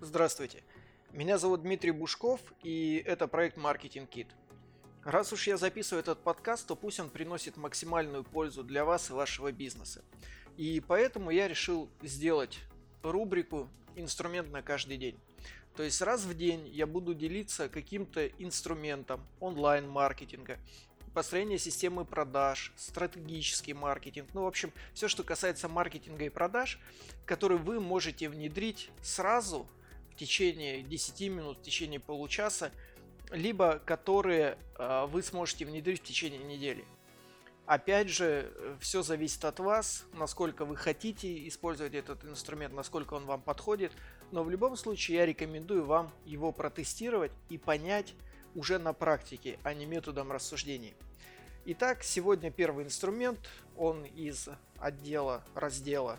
Здравствуйте, меня зовут Дмитрий Бушков, и это проект Marketing Kit. Раз уж я записываю этот подкаст, то пусть он приносит максимальную пользу для вас и вашего бизнеса. И поэтому я решил сделать рубрику «Инструмент на каждый день». То есть раз в день я буду делиться каким-то инструментом онлайн-маркетинга, построение системы продаж, стратегический маркетинг, в общем, все, что касается маркетинга и продаж, который вы можете внедрить сразу в течение 10 минут, в течение получаса, либо которые вы сможете внедрить в течение недели. Опять же, все зависит от вас, насколько вы хотите использовать этот инструмент, насколько он вам подходит, но в любом случае я рекомендую вам его протестировать и понять уже на практике, а не методом рассуждений. Итак, сегодня первый инструмент, он из раздела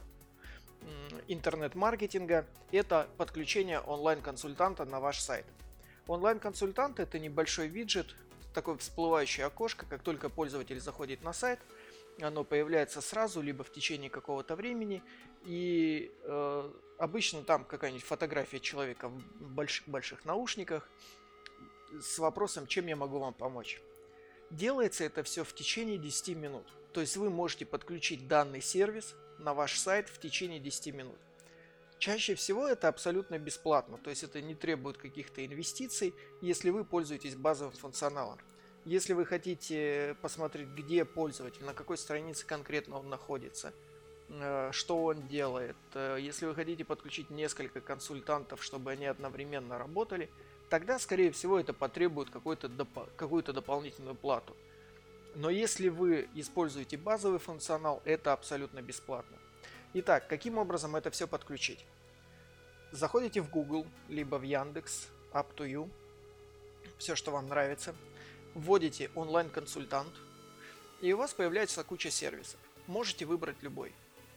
интернет-маркетинга, это подключение онлайн-консультанта на ваш сайт. Онлайн-консультант – это небольшой виджет, такое всплывающее окошко, как только пользователь заходит на сайт, оно появляется сразу, либо в течение какого-то времени, и обычно там какая-нибудь фотография человека в больших наушниках с вопросом, чем я могу вам помочь. Делается это все в течение 10 минут, то есть вы можете подключить данный сервис на ваш сайт в течение 10 минут. Чаще всего это абсолютно бесплатно, то есть это не требует каких-то инвестиций, если вы пользуетесь базовым функционалом. Если вы хотите посмотреть, где пользователь, на какой странице конкретно он находится, что он делает, если вы хотите подключить несколько консультантов, чтобы они одновременно работали, тогда, скорее всего, это потребует какую-то дополнительную плату. Но если вы используете базовый функционал, это абсолютно бесплатно. Итак, каким образом это все подключить? Заходите в Google, либо в Яндекс, up to you, все, что вам нравится, вводите онлайн-консультант, и у вас появляется куча сервисов. Можете выбрать любой.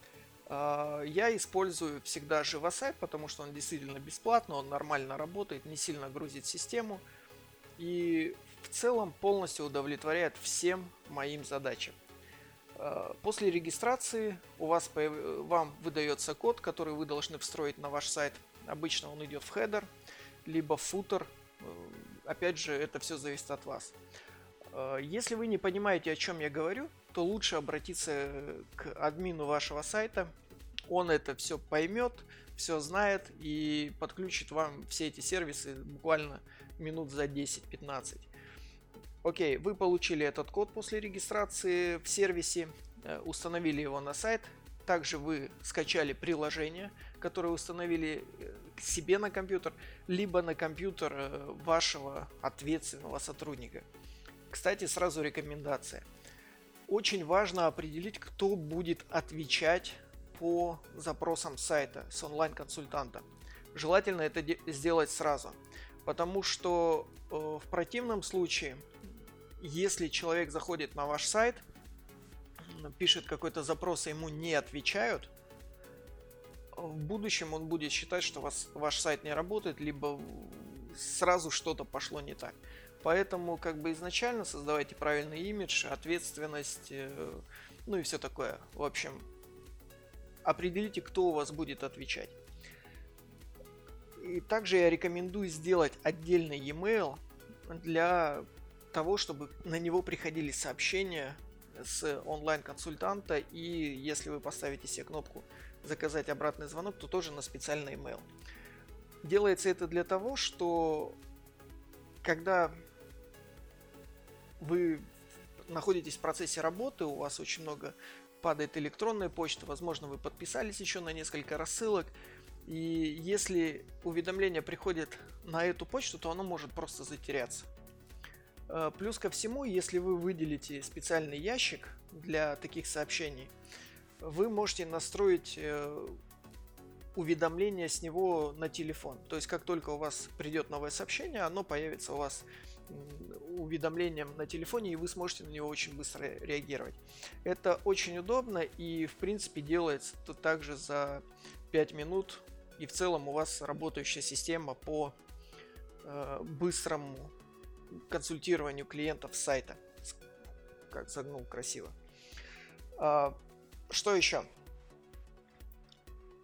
Я использую всегда Живосайт, потому что он действительно бесплатный, он нормально работает, не сильно грузит систему и в целом полностью удовлетворяет всем моим задачам. После регистрации вам выдается код, который вы должны встроить на ваш сайт. Обычно он идет в хедер, либо в футер. Опять же, это все зависит от вас. Если вы не понимаете, о чем я говорю, то лучше обратиться к админу вашего сайта. Он это все поймет, все знает и подключит вам все эти сервисы буквально минут за 10-15. Окей, вы получили этот код после регистрации в сервисе, установили его на сайт. Также вы скачали приложение, которое установили к себе на компьютер, либо на компьютер вашего ответственного сотрудника. Кстати, сразу рекомендация. Очень важно определить, кто будет отвечать по запросам сайта с онлайн-консультантом. Желательно это сделать сразу, потому что в противном случае, если человек заходит на ваш сайт, пишет какой-то запрос, и ему не отвечают, в будущем он будет считать, что ваш сайт не работает, либо сразу что-то пошло не так. Поэтому изначально создавайте правильный имидж, ответственность, и все такое. В общем, определите, кто у вас будет отвечать. И также я рекомендую сделать отдельный e-mail для того, чтобы на него приходили сообщения с онлайн-консультанта, и если вы поставите себе кнопку «Заказать обратный звонок», то тоже на специальный email. Делается это для того, что когда вы находитесь в процессе работы, у вас очень много падает электронная почта, возможно, вы подписались еще на несколько рассылок, и если уведомление приходит на эту почту, то оно может просто затеряться. Плюс ко всему, если вы выделите специальный ящик для таких сообщений, вы можете настроить уведомления с него на телефон. То есть, как только у вас придет новое сообщение, оно появится у вас уведомлением на телефоне, и вы сможете на него очень быстро реагировать. Это очень удобно, и в принципе делается это также за 5 минут, и в целом у вас работающая система по быстрому консультированию клиентов с сайта. Как загнул красиво. Что еще?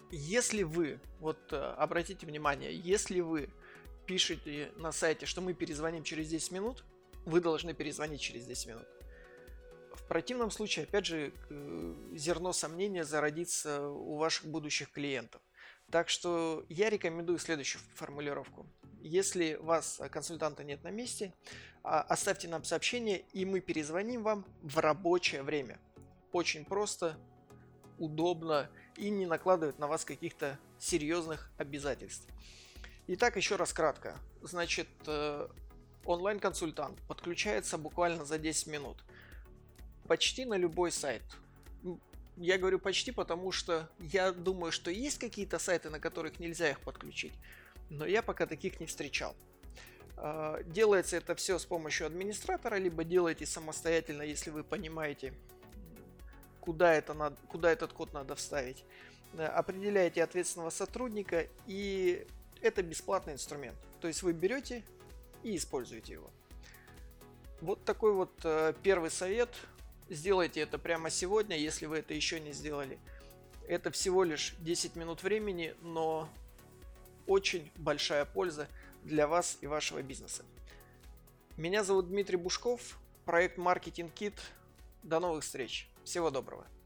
Если вы, обратите внимание, если вы пишете на сайте, что мы перезвоним через 10 минут, вы должны перезвонить через 10 минут. В противном случае, опять же, зерно сомнения зародится у ваших будущих клиентов. Так что я рекомендую следующую формулировку. Если у вас консультанта нет на месте, оставьте нам сообщение, и мы перезвоним вам в рабочее время. Очень просто, удобно и не накладывает на вас каких-то серьезных обязательств. Итак, еще раз кратко. Значит, онлайн-консультант подключается буквально за 10 минут. Почти на любой сайт. Я говорю почти, потому что я думаю, что есть какие-то сайты, на которых нельзя их подключить, но я пока таких не встречал. Делается это все с помощью администратора, либо делайте самостоятельно, если вы понимаете, куда этот код надо вставить. Определяете ответственного сотрудника, и это бесплатный инструмент. То есть вы берете и используете его. Вот такой вот первый совет. Сделайте это прямо сегодня, если вы это еще не сделали. Это всего лишь 10 минут времени, но очень большая польза для вас и вашего бизнеса. Меня зовут Дмитрий Бушков, проект Marketing Kit. До новых встреч. Всего доброго.